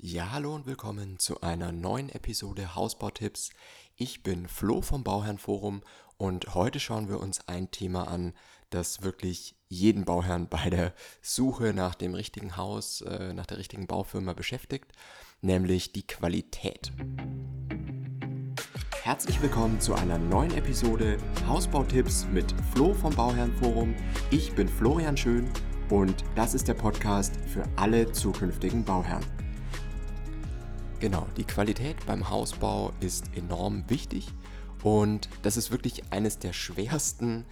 Ja, hallo und willkommen zu einer neuen Episode Hausbautipps. Ich bin Flo vom Bauherrenforum und heute schauen wir uns ein Thema an, das wirklich jeden Bauherrn bei der Suche nach dem richtigen Haus, nach der richtigen Baufirma beschäftigt, nämlich die Qualität. Herzlich willkommen zu einer neuen Episode Hausbautipps mit Flo vom Bauherrenforum. Ich bin Florian Schön und das ist der Podcast für alle zukünftigen Bauherren. Genau, die Qualität beim Hausbau ist enorm wichtig und das ist wirklich eines der schwersten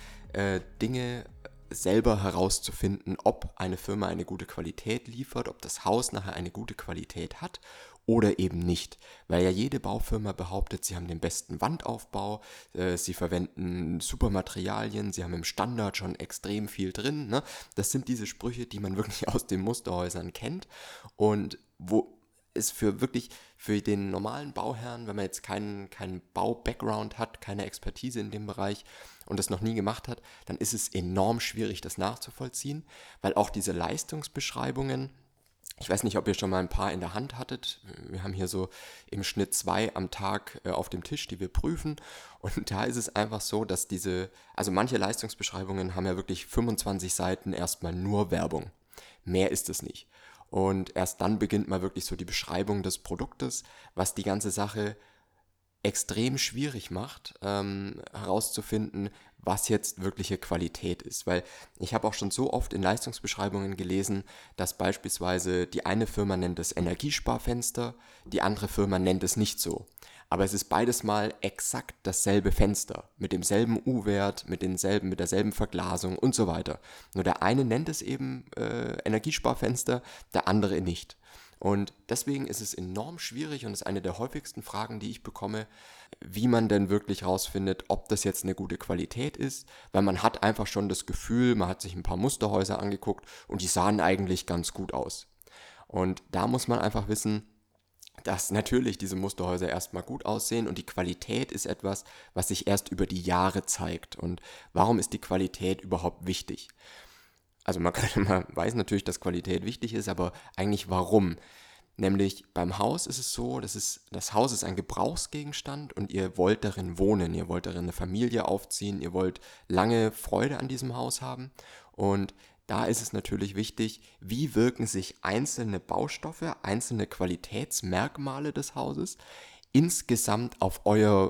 Dinge, selber herauszufinden, ob eine Firma eine gute Qualität liefert, ob das Haus nachher eine gute Qualität hat oder eben nicht. Weil ja jede Baufirma behauptet, sie haben den besten Wandaufbau, sie verwenden super Materialien, sie haben im Standard schon extrem viel drin. Ne? Das sind diese Sprüche, die man wirklich aus den Musterhäusern kennt und wo ist für den normalen Bauherrn, wenn man jetzt keinen Bau-Background hat, keine Expertise in dem Bereich und das noch nie gemacht hat, dann ist es enorm schwierig, das nachzuvollziehen, weil auch diese Leistungsbeschreibungen, ich weiß nicht, ob ihr schon mal ein paar in der Hand hattet, wir haben hier so im Schnitt 2 am Tag auf dem Tisch, die wir prüfen und da ist es einfach so, dass also manche Leistungsbeschreibungen haben ja wirklich 25 Seiten erstmal nur Werbung. Mehr ist es nicht. Und erst dann beginnt mal wirklich so die Beschreibung des Produktes, was die ganze Sache extrem schwierig macht, herauszufinden, was jetzt wirkliche Qualität ist. Weil ich habe auch schon so oft in Leistungsbeschreibungen gelesen, dass beispielsweise die eine Firma nennt es Energiesparfenster, die andere Firma nennt es nicht so. Aber es ist beides mal exakt dasselbe Fenster, mit demselben U-Wert, mit derselben Verglasung und so weiter. Nur der eine nennt es eben Energiesparfenster, der andere nicht. Und deswegen ist es enorm schwierig und ist eine der häufigsten Fragen, die ich bekomme, wie man denn wirklich rausfindet, ob das jetzt eine gute Qualität ist, weil man hat einfach schon das Gefühl, man hat sich ein paar Musterhäuser angeguckt und die sahen eigentlich ganz gut aus. Und da muss man einfach wissen, dass natürlich diese Musterhäuser erstmal gut aussehen und die Qualität ist etwas, was sich erst über die Jahre zeigt. Und warum ist die Qualität überhaupt wichtig? Also man weiß natürlich, dass Qualität wichtig ist, aber eigentlich warum? Nämlich beim Haus ist es so, das Haus ist ein Gebrauchsgegenstand und ihr wollt darin wohnen, ihr wollt darin eine Familie aufziehen, ihr wollt lange Freude an diesem Haus haben und da ist es natürlich wichtig, wie wirken sich einzelne Baustoffe, einzelne Qualitätsmerkmale des Hauses insgesamt auf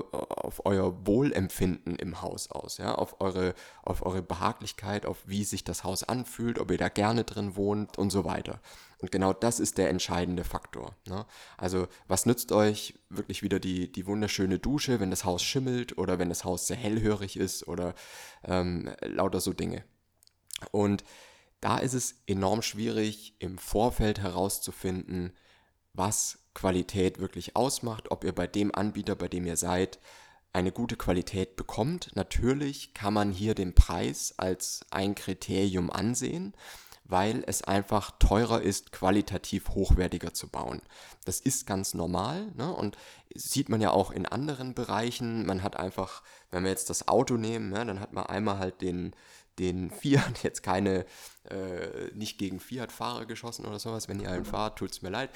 euer Wohlempfinden im Haus aus, ja, auf eure Behaglichkeit, auf wie sich das Haus anfühlt, ob ihr da gerne drin wohnt und so weiter. Und genau das ist der entscheidende Faktor. Ne? Also was nützt euch wirklich wieder die wunderschöne Dusche, wenn das Haus schimmelt oder wenn das Haus sehr hellhörig ist oder lauter so Dinge. Und da ist es enorm schwierig, im Vorfeld herauszufinden, was Qualität wirklich ausmacht, ob ihr bei dem Anbieter, bei dem ihr seid, eine gute Qualität bekommt. Natürlich kann man hier den Preis als ein Kriterium ansehen, weil es einfach teurer ist, qualitativ hochwertiger zu bauen. Das ist ganz normal, ne? Und sieht man ja auch in anderen Bereichen. Man hat einfach, wenn wir jetzt das Auto nehmen, ja, dann hat man einmal halt den Fiat, jetzt nicht gegen Fiat-Fahrer geschossen oder sowas, wenn ihr einen fahrt, tut es mir leid.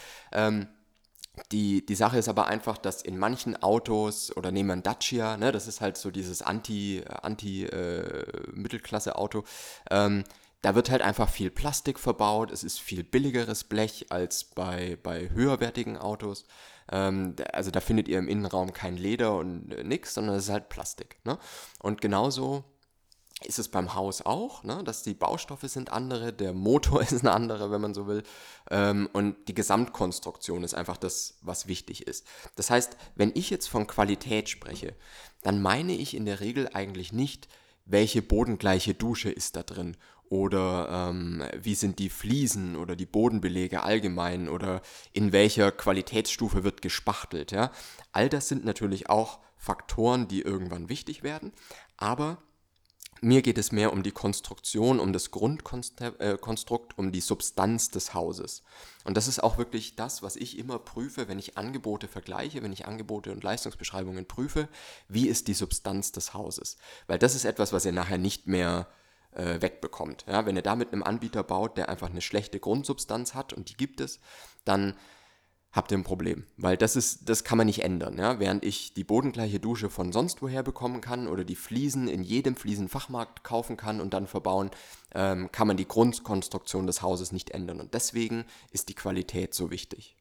Die Sache ist aber einfach, dass in manchen Autos, oder nehmen wir ein Dacia, ne, das ist halt so dieses Mittelklasse-Auto, da wird halt einfach viel Plastik verbaut, es ist viel billigeres Blech als bei höherwertigen Autos. Also da findet ihr im Innenraum kein Leder und nix, sondern es ist halt Plastik. Ne? Und genauso ist es beim Haus auch, ne, dass die Baustoffe sind andere, der Motor ist ein anderer, wenn man so will, und die Gesamtkonstruktion ist einfach das, was wichtig ist. Das heißt, wenn ich jetzt von Qualität spreche, dann meine ich in der Regel eigentlich nicht, welche bodengleiche Dusche ist da drin oder wie sind die Fliesen oder die Bodenbelege allgemein oder in welcher Qualitätsstufe wird gespachtelt. Ja? All das sind natürlich auch Faktoren, die irgendwann wichtig werden, aber mir geht es mehr um die Konstruktion, um das Grundkonstrukt, um die Substanz des Hauses. Und das ist auch wirklich das, was ich immer prüfe, wenn ich Angebote vergleiche, wenn ich Angebote und Leistungsbeschreibungen prüfe. Wie ist die Substanz des Hauses? Weil das ist etwas, was ihr nachher nicht mehr wegbekommt. Ja, wenn ihr da mit einem Anbieter baut, der einfach eine schlechte Grundsubstanz hat, und die gibt es, dann habt ihr ein Problem, weil das kann man nicht ändern. Ja? Während ich die bodengleiche Dusche von sonst woher bekommen kann oder die Fliesen in jedem Fliesenfachmarkt kaufen kann und dann verbauen, kann man die Grundkonstruktion des Hauses nicht ändern. Und deswegen ist die Qualität so wichtig.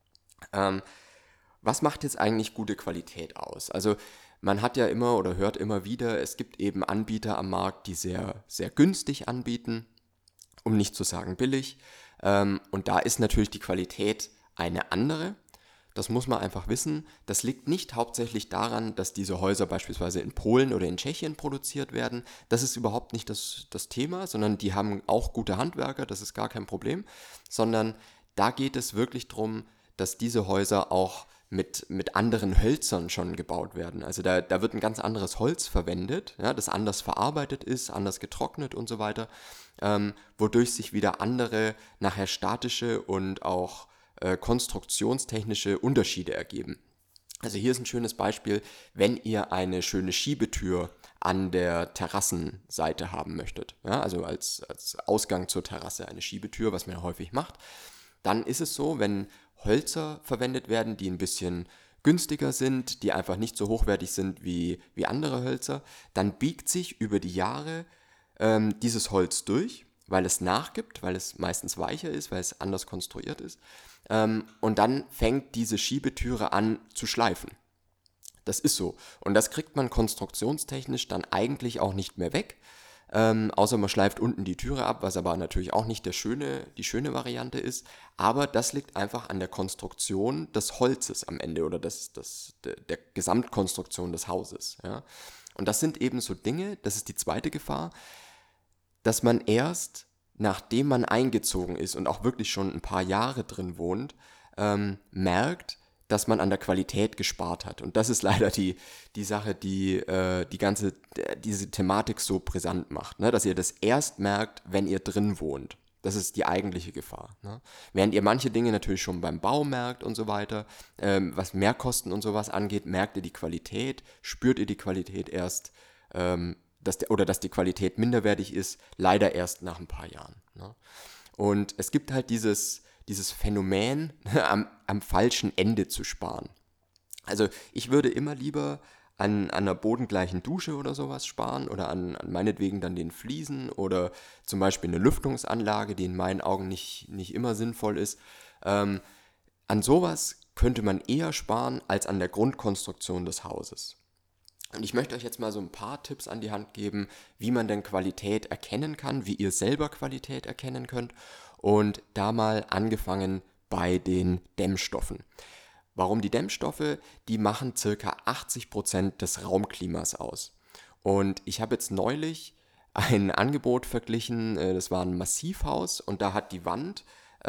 Was macht jetzt eigentlich gute Qualität aus? Also man hat ja immer oder hört immer wieder, es gibt eben Anbieter am Markt, die sehr, sehr günstig anbieten, um nicht zu sagen billig. Und da ist natürlich die Qualität eine andere. Das muss man einfach wissen. Das liegt nicht hauptsächlich daran, dass diese Häuser beispielsweise in Polen oder in Tschechien produziert werden. Das ist überhaupt nicht das Thema, sondern die haben auch gute Handwerker, das ist gar kein Problem. Sondern da geht es wirklich darum, dass diese Häuser auch mit anderen Hölzern schon gebaut werden. Also da wird ein ganz anderes Holz verwendet, ja, das anders verarbeitet ist, anders getrocknet und so weiter, wodurch sich wieder andere nachher statische und auch konstruktionstechnische Unterschiede ergeben. Also hier ist ein schönes Beispiel, wenn ihr eine schöne Schiebetür an der Terrassenseite haben möchtet, ja, also als Ausgang zur Terrasse eine Schiebetür, was man ja häufig macht, dann ist es so, wenn Hölzer verwendet werden, die ein bisschen günstiger sind, die einfach nicht so hochwertig sind wie andere Hölzer, dann biegt sich über die Jahre dieses Holz durch, weil es nachgibt, weil es meistens weicher ist, weil es anders konstruiert ist. Und dann fängt diese Schiebetüre an zu schleifen. Das ist so. Und das kriegt man konstruktionstechnisch dann eigentlich auch nicht mehr weg. Außer man schleift unten die Türe ab, was aber natürlich auch nicht die schöne Variante ist. Aber das liegt einfach an der Konstruktion des Holzes am Ende oder der Gesamtkonstruktion des Hauses. Ja? Und das sind eben so Dinge, das ist die zweite Gefahr, dass man erst, nachdem man eingezogen ist und auch wirklich schon ein paar Jahre drin wohnt, merkt, dass man an der Qualität gespart hat. Und das ist leider die Sache, die diese Thematik so brisant macht, ne? Dass ihr das erst merkt, wenn ihr drin wohnt. Das ist die eigentliche Gefahr. Ne? Während ihr manche Dinge natürlich schon beim Bau merkt und so weiter, was Mehrkosten und sowas angeht, merkt ihr die Qualität, spürt ihr die Qualität erst, dass die Qualität minderwertig ist, leider erst nach ein paar Jahren. Ne? Und es gibt halt dieses Phänomen, am falschen Ende zu sparen. Also ich würde immer lieber an einer bodengleichen Dusche oder sowas sparen oder an meinetwegen dann den Fliesen oder zum Beispiel eine Lüftungsanlage, die in meinen Augen nicht immer sinnvoll ist. An sowas könnte man eher sparen als an der Grundkonstruktion des Hauses. Und ich möchte euch jetzt mal so ein paar Tipps an die Hand geben, wie man denn Qualität erkennen kann, wie ihr selber Qualität erkennen könnt. Und da mal angefangen bei den Dämmstoffen. Warum die Dämmstoffe? Die machen ca. 80% des Raumklimas aus. Und ich habe jetzt neulich ein Angebot verglichen, das war ein Massivhaus und da hat die Wand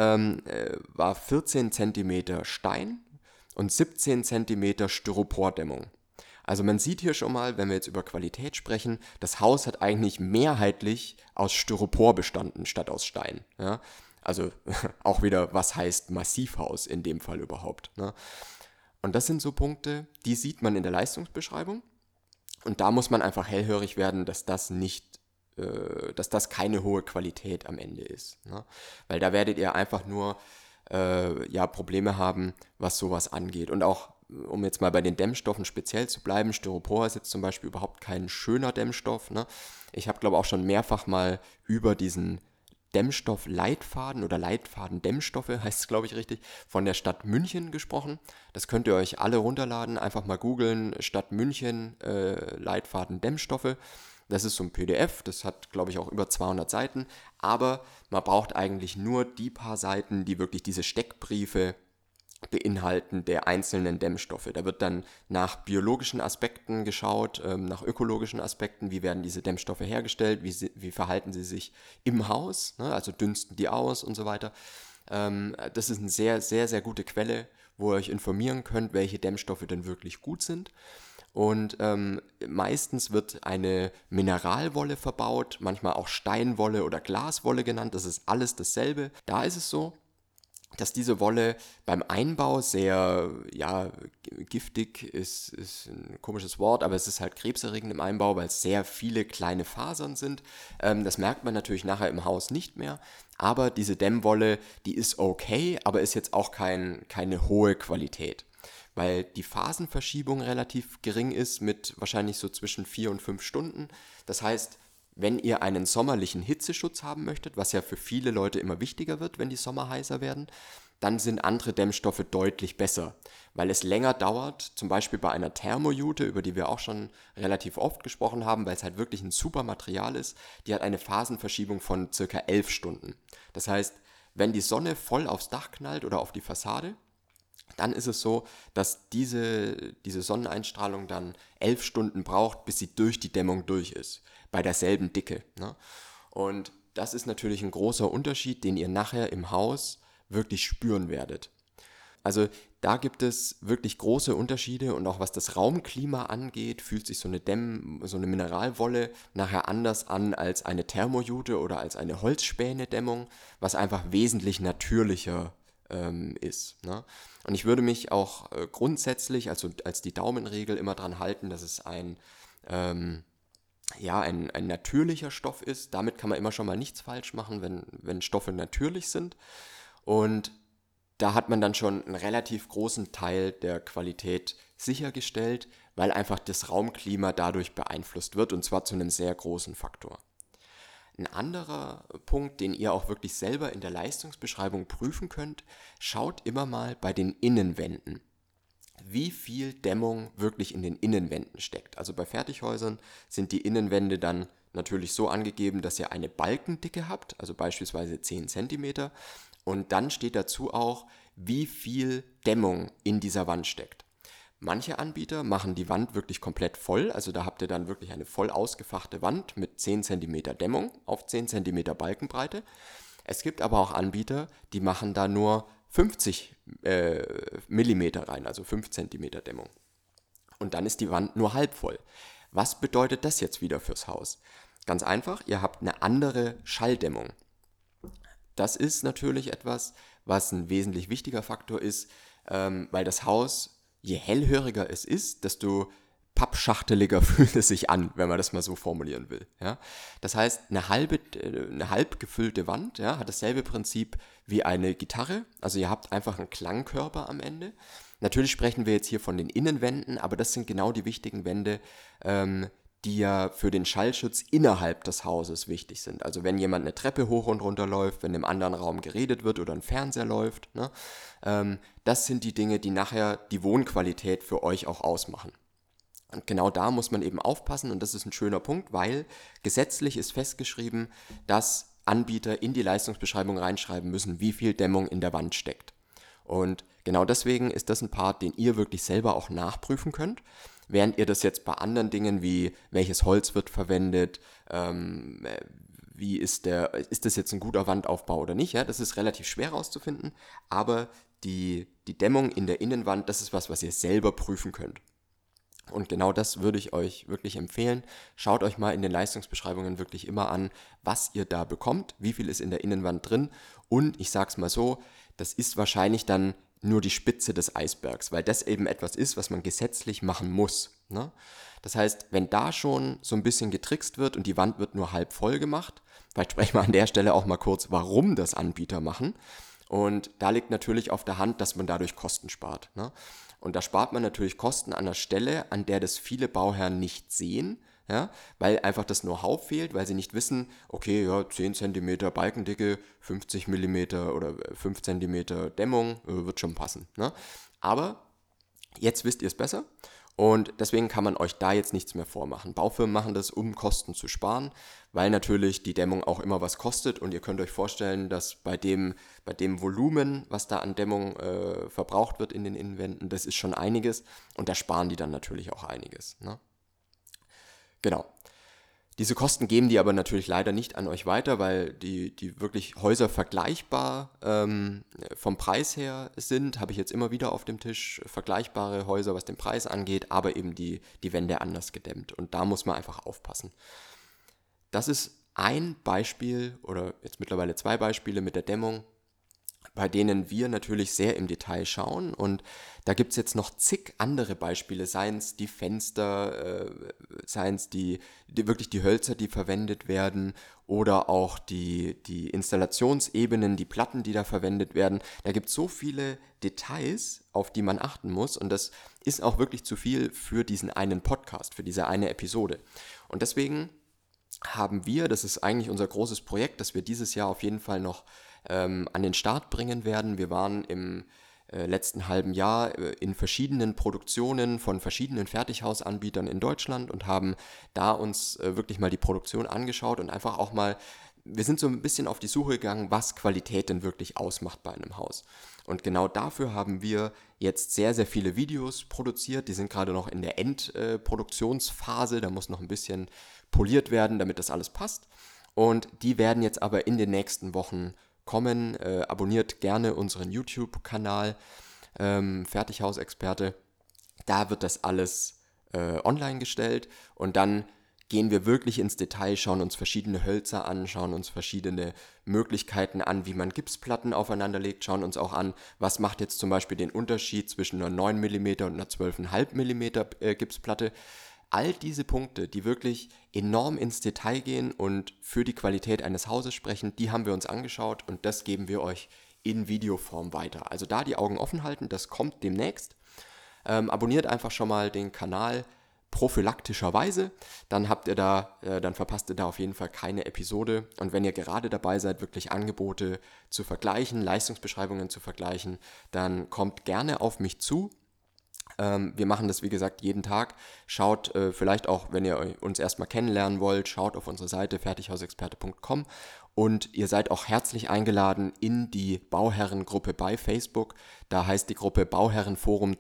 war 14 cm Stein und 17 cm Styropordämmung. Also man sieht hier schon mal, wenn wir jetzt über Qualität sprechen, das Haus hat eigentlich mehrheitlich aus Styropor bestanden statt aus Stein. Ja? Also auch wieder, was heißt Massivhaus in dem Fall überhaupt. Ne? Und das sind so Punkte, die sieht man in der Leistungsbeschreibung. Und da muss man einfach hellhörig werden, dass das keine hohe Qualität am Ende ist. Ne? Weil da werdet ihr einfach nur Probleme haben, was sowas angeht. Und auch, um jetzt mal bei den Dämmstoffen speziell zu bleiben, Styropor ist jetzt zum Beispiel überhaupt kein schöner Dämmstoff. Ne? Ich habe, glaube ich, auch schon mehrfach mal über diesen Dämmstoff-Leitfaden oder Leitfaden-Dämmstoffe, heißt es, glaube ich, richtig, von der Stadt München gesprochen. Das könnt ihr euch alle runterladen, einfach mal googeln, Stadt München, Leitfaden-Dämmstoffe. Das ist so ein PDF, das hat, glaube ich, auch über 200 Seiten, aber man braucht eigentlich nur die paar Seiten, die wirklich diese Steckbriefe beinhalten der einzelnen Dämmstoffe. Da wird dann nach biologischen Aspekten geschaut, nach ökologischen Aspekten, wie werden diese Dämmstoffe hergestellt, wie verhalten sie sich im Haus, ne? Also dünsten die aus und so weiter. Das ist eine sehr, sehr, sehr gute Quelle, wo ihr euch informieren könnt, welche Dämmstoffe denn wirklich gut sind. Und meistens wird eine Mineralwolle verbaut, manchmal auch Steinwolle oder Glaswolle genannt, das ist alles dasselbe. Da ist es so, dass diese Wolle beim Einbau sehr, giftig ist ein komisches Wort, aber es ist halt krebserregend im Einbau, weil es sehr viele kleine Fasern sind. Das merkt man natürlich nachher im Haus nicht mehr, aber diese Dämmwolle, die ist okay, aber ist jetzt auch keine hohe Qualität, weil die Phasenverschiebung relativ gering ist mit wahrscheinlich so zwischen 4 und 5 Stunden. Das heißt, wenn ihr einen sommerlichen Hitzeschutz haben möchtet, was ja für viele Leute immer wichtiger wird, wenn die Sommer heißer werden, dann sind andere Dämmstoffe deutlich besser, weil es länger dauert, zum Beispiel bei einer Thermojute, über die wir auch schon relativ oft gesprochen haben, weil es halt wirklich ein super Material ist, die hat eine Phasenverschiebung von circa 11 Stunden. Das heißt, wenn die Sonne voll aufs Dach knallt oder auf die Fassade, dann ist es so, dass diese Sonneneinstrahlung dann 11 Stunden braucht, bis sie durch die Dämmung durch ist, bei derselben Dicke. Ne? Und das ist natürlich ein großer Unterschied, den ihr nachher im Haus wirklich spüren werdet. Also da gibt es wirklich große Unterschiede und auch was das Raumklima angeht, fühlt sich so eine Mineralwolle nachher anders an als eine Thermojute oder als eine Holzspäne-Dämmung, was einfach wesentlich natürlicher ist. Ne? Und ich würde mich auch grundsätzlich, also als die Daumenregel, immer dran halten, dass es ein natürlicher Stoff ist. Damit kann man immer schon mal nichts falsch machen, wenn Stoffe natürlich sind. Und da hat man dann schon einen relativ großen Teil der Qualität sichergestellt, weil einfach das Raumklima dadurch beeinflusst wird und zwar zu einem sehr großen Faktor. Ein anderer Punkt, den ihr auch wirklich selber in der Leistungsbeschreibung prüfen könnt, schaut immer mal bei den Innenwänden, wie viel Dämmung wirklich in den Innenwänden steckt. Also bei Fertighäusern sind die Innenwände dann natürlich so angegeben, dass ihr eine Balkendicke habt, also beispielsweise 10 cm. Und dann steht dazu auch, wie viel Dämmung in dieser Wand steckt. Manche Anbieter machen die Wand wirklich komplett voll, also da habt ihr dann wirklich eine voll ausgefachte Wand mit 10 cm Dämmung auf 10 cm Balkenbreite. Es gibt aber auch Anbieter, die machen da nur 50 mm rein, also 5 cm Dämmung. Und dann ist die Wand nur halb voll. Was bedeutet das jetzt wieder fürs Haus? Ganz einfach, ihr habt eine andere Schalldämmung. Das ist natürlich etwas, was ein wesentlich wichtiger Faktor ist, weil das Haus, je hellhöriger es ist, desto pappschachteliger fühlt es sich an, wenn man das mal so formulieren will. Ja? Das heißt, eine halb gefüllte Wand, ja, hat dasselbe Prinzip wie eine Gitarre. Also ihr habt einfach einen Klangkörper am Ende. Natürlich sprechen wir jetzt hier von den Innenwänden, aber das sind genau die wichtigen Wände, die ja für den Schallschutz innerhalb des Hauses wichtig sind. Also wenn jemand eine Treppe hoch und runter läuft, wenn im anderen Raum geredet wird oder ein Fernseher läuft, ne, das sind die Dinge, die nachher die Wohnqualität für euch auch ausmachen. Und genau da muss man eben aufpassen und das ist ein schöner Punkt, weil gesetzlich ist festgeschrieben, dass Anbieter in die Leistungsbeschreibung reinschreiben müssen, wie viel Dämmung in der Wand steckt. Und genau deswegen ist das ein Part, den ihr wirklich selber auch nachprüfen könnt, während ihr das jetzt bei anderen Dingen wie welches Holz wird verwendet, wie ist das jetzt ein guter Wandaufbau oder nicht, ja, das ist relativ schwer herauszufinden, aber die Dämmung in der Innenwand, das ist was ihr selber prüfen könnt. Und genau das würde ich euch wirklich empfehlen. Schaut euch mal in den Leistungsbeschreibungen wirklich immer an, was ihr da bekommt, wie viel ist in der Innenwand drin. Und ich sag's mal so, das ist wahrscheinlich dann nur die Spitze des Eisbergs, weil das eben etwas ist, was man gesetzlich machen muss. Ne? Das heißt, wenn da schon so ein bisschen getrickst wird und die Wand wird nur halb voll gemacht, vielleicht sprechen wir an der Stelle auch mal kurz, warum das Anbieter machen. Und da liegt natürlich auf der Hand, dass man dadurch Kosten spart. Ne? Und da spart man natürlich Kosten an der Stelle, an der das viele Bauherren nicht sehen, ja, weil einfach das Know-how fehlt, weil sie nicht wissen, okay, ja, 10 cm Balkendicke, 50 mm oder 5 cm Dämmung, wird schon passen. Ne? Aber jetzt wisst ihr es besser. Und deswegen kann man euch da jetzt nichts mehr vormachen. Baufirmen machen das, um Kosten zu sparen, weil natürlich die Dämmung auch immer was kostet. Und ihr könnt euch vorstellen, dass bei dem Volumen, was da an Dämmung verbraucht wird in den Innenwänden, das ist schon einiges. Und da sparen die dann natürlich auch einiges. Ne? Genau. Diese Kosten geben die aber natürlich leider nicht an euch weiter, weil die wirklich Häuser vergleichbar vom Preis her sind, habe ich jetzt immer wieder auf dem Tisch, vergleichbare Häuser, was den Preis angeht, aber eben die Wände anders gedämmt. Und da muss man einfach aufpassen. Das ist ein Beispiel oder jetzt mittlerweile 2 Beispiele mit der Dämmung, bei denen wir natürlich sehr im Detail schauen, und da gibt es jetzt noch zig andere Beispiele, seien es die Fenster, seien es wirklich die Hölzer, die verwendet werden, oder auch die Installationsebenen, die Platten, die da verwendet werden. Da gibt es so viele Details, auf die man achten muss, und das ist auch wirklich zu viel für diesen einen Podcast, für diese eine Episode. Und deswegen haben wir, das ist eigentlich unser großes Projekt, das wir dieses Jahr auf jeden Fall noch an den Start bringen werden. Wir waren im letzten halben Jahr in verschiedenen Produktionen von verschiedenen Fertighausanbietern in Deutschland und haben da uns wirklich mal die Produktion angeschaut und einfach auch mal, wir sind so ein bisschen auf die Suche gegangen, was Qualität denn wirklich ausmacht bei einem Haus. Und genau dafür haben wir jetzt sehr, sehr viele Videos produziert. Die sind gerade noch in der Endproduktionsphase, da muss noch ein bisschen poliert werden, damit das alles passt. Und die werden jetzt aber in den nächsten Wochen kommen. Abonniert gerne unseren YouTube-Kanal Fertighausexperte. Da wird das alles online gestellt, und dann gehen wir wirklich ins Detail, schauen uns verschiedene Hölzer an, schauen uns verschiedene Möglichkeiten an, wie man Gipsplatten aufeinander legt, schauen uns auch an, was macht jetzt zum Beispiel den Unterschied zwischen einer 9 mm und einer 12,5 mm Gipsplatte. All diese Punkte, die wirklich enorm ins Detail gehen und für die Qualität eines Hauses sprechen, die haben wir uns angeschaut, und das geben wir euch in Videoform weiter. Also da die Augen offen halten, das kommt demnächst. Abonniert einfach schon mal den Kanal prophylaktischerweise, dann verpasst ihr da auf jeden Fall keine Episode. Und wenn ihr gerade dabei seid, wirklich Angebote zu vergleichen, Leistungsbeschreibungen zu vergleichen, dann kommt gerne auf mich zu. Wir machen das, wie gesagt, jeden Tag. Schaut vielleicht auch, wenn ihr uns erstmal kennenlernen wollt, schaut auf unsere Seite fertighausexperte.com, und ihr seid auch herzlich eingeladen in die Bauherrengruppe bei Facebook. Da heißt die Gruppe Bauherrenforum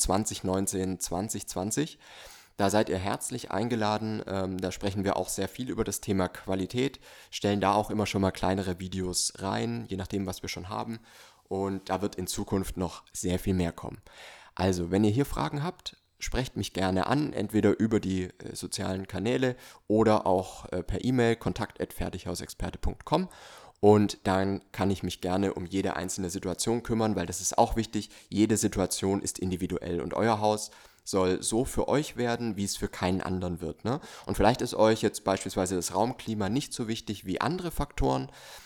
2019-2020. Da seid ihr herzlich eingeladen. Da sprechen wir auch sehr viel über das Thema Qualität, stellen da auch immer schon mal kleinere Videos rein, je nachdem, was wir schon haben. Und da wird in Zukunft noch sehr viel mehr kommen. Also, wenn ihr hier Fragen habt, sprecht mich gerne an, entweder über die sozialen Kanäle oder auch per E-Mail kontakt@fertighausexperte.com, und dann kann ich mich gerne um jede einzelne Situation kümmern, weil das ist auch wichtig. Jede Situation ist individuell, und euer Haus soll so für euch werden, wie es für keinen anderen wird, ne? Und vielleicht ist euch jetzt beispielsweise das Raumklima nicht so wichtig wie andere Faktoren.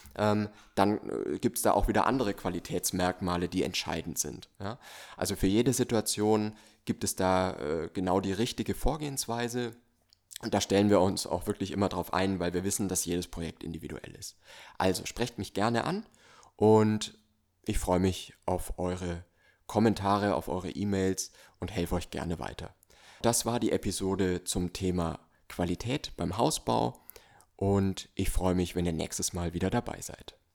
Dann gibt es da auch wieder andere Qualitätsmerkmale, die entscheidend sind. Ja? Also für jede Situation gibt es da genau die richtige Vorgehensweise, und da stellen wir uns auch wirklich immer drauf ein, weil wir wissen, dass jedes Projekt individuell ist. Also sprecht mich gerne an, und ich freue mich auf eure Kommentare, auf eure E-Mails und helfe euch gerne weiter. Das war die Episode zum Thema Qualität beim Hausbau. Und ich freue mich, wenn ihr nächstes Mal wieder dabei seid.